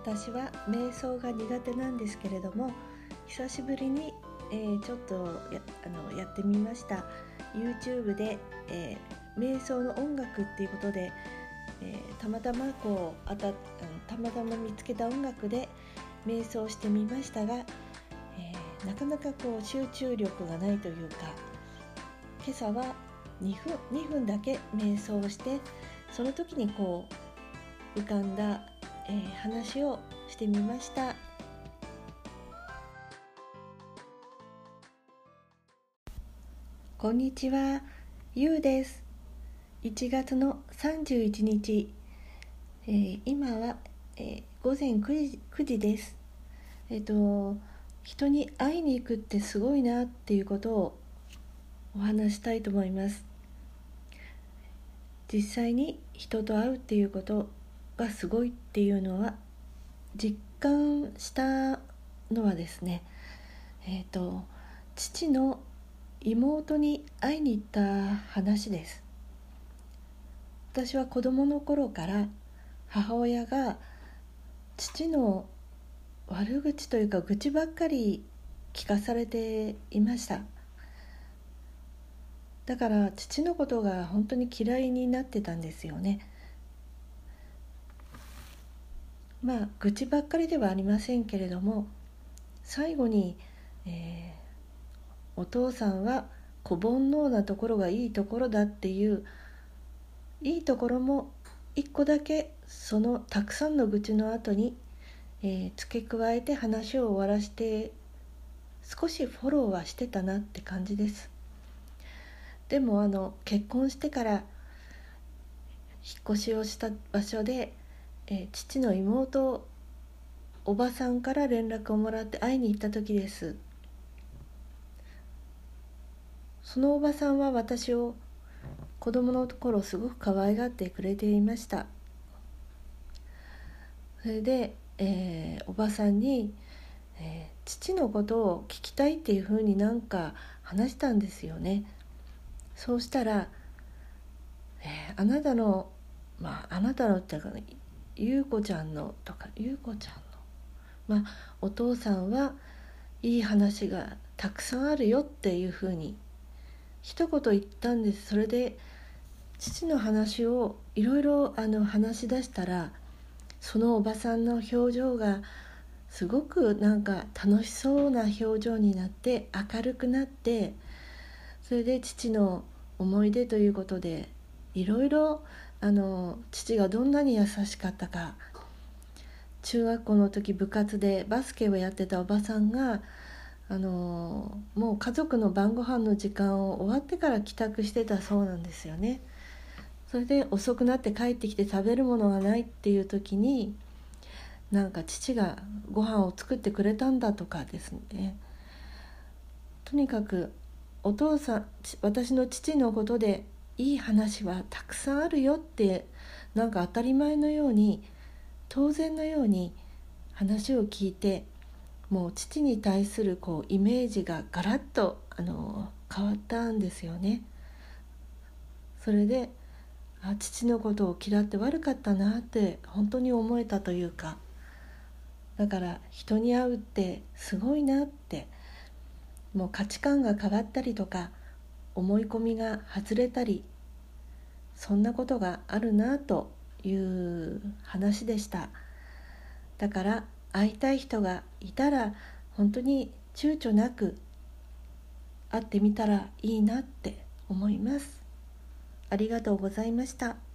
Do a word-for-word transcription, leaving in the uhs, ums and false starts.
私は瞑想が苦手なんですけれども、久しぶりに、えー、ちょっと や, あのやってみました。 YouTube で、えー、瞑想の音楽っていうことで、えー、たまたまこうあたたまたま見つけた音楽で瞑想してみましたが、えー、なかなかこう集中力がないというか、今朝はにふん、にふんだけ瞑想して、その時にこう浮かんだ、えー、話をしてみました。こんにちは、ゆうです。いちがつのさんじゅういちにち、えー、今は、えー、午前くじ、くじです。えっと人に会いに行くってすごいなっていうことをお話したいと思います。実際に人と会うっていうことがすごいっていうのは実感したのはですね、えっと父の妹に会いに行った話です。私は子供の頃から母親が父の悪口というか愚痴ばっかり聞かされていました。だから父のことが本当に嫌いになってたんですよね。まあ愚痴ばっかりではありませんけれども、最後に、えーお父さんは小煩悩なところがいいところだっていういいところも一個だけそのたくさんの愚痴の後に、えー付け加えて話を終わらして、少しフォローはしてたなって感じです。でもあの結婚してから引っ越しをした場所で、えー父の妹おばさんから連絡をもらって会いに行った時です。そのおばさんは私を子供の頃すごく可愛がってくれていました。それで、えーおばさんに、えー父のことを聞きたいっていうふうになんか話したんですよね。そうしたら、えーあなたのまああなたのっていうか、ゆうこちゃんのとかゆうこちゃんのまあお父さんはいい話がたくさんあるよっていうふうに一言言ったんです。それで父の話をいろいろあの話し出したら、そのおばさんの表情がすごくなんか楽しそうな表情になって明るくなって、それで父の思い出ということでいろいろあの父がどんなに優しかったか、中学校の時部活でバスケをやってたおばさんがあのもう家族の晩ご飯の時間を終わってから帰宅してたそうなんですよね。それで遅くなって帰ってきて食べるものがないっていう時に、なんか父がご飯を作ってくれたんだとかですね、とにかくお父さん私の父のことでいい話はたくさんあるよって、なんか当たり前のように当然のように話を聞いて、もう父に対するこうイメージがガラッとあの変わったんですよね。それであ父のことを嫌って悪かったなって本当に思えたというか、だから人に会うってすごいなって、もう価値観が変わったりとか思い込みが外れたり、そんなことがあるなという話でした。だから会いたい人がいたら本当に躊躇なく会ってみたらいいなって思います。ありがとうございました。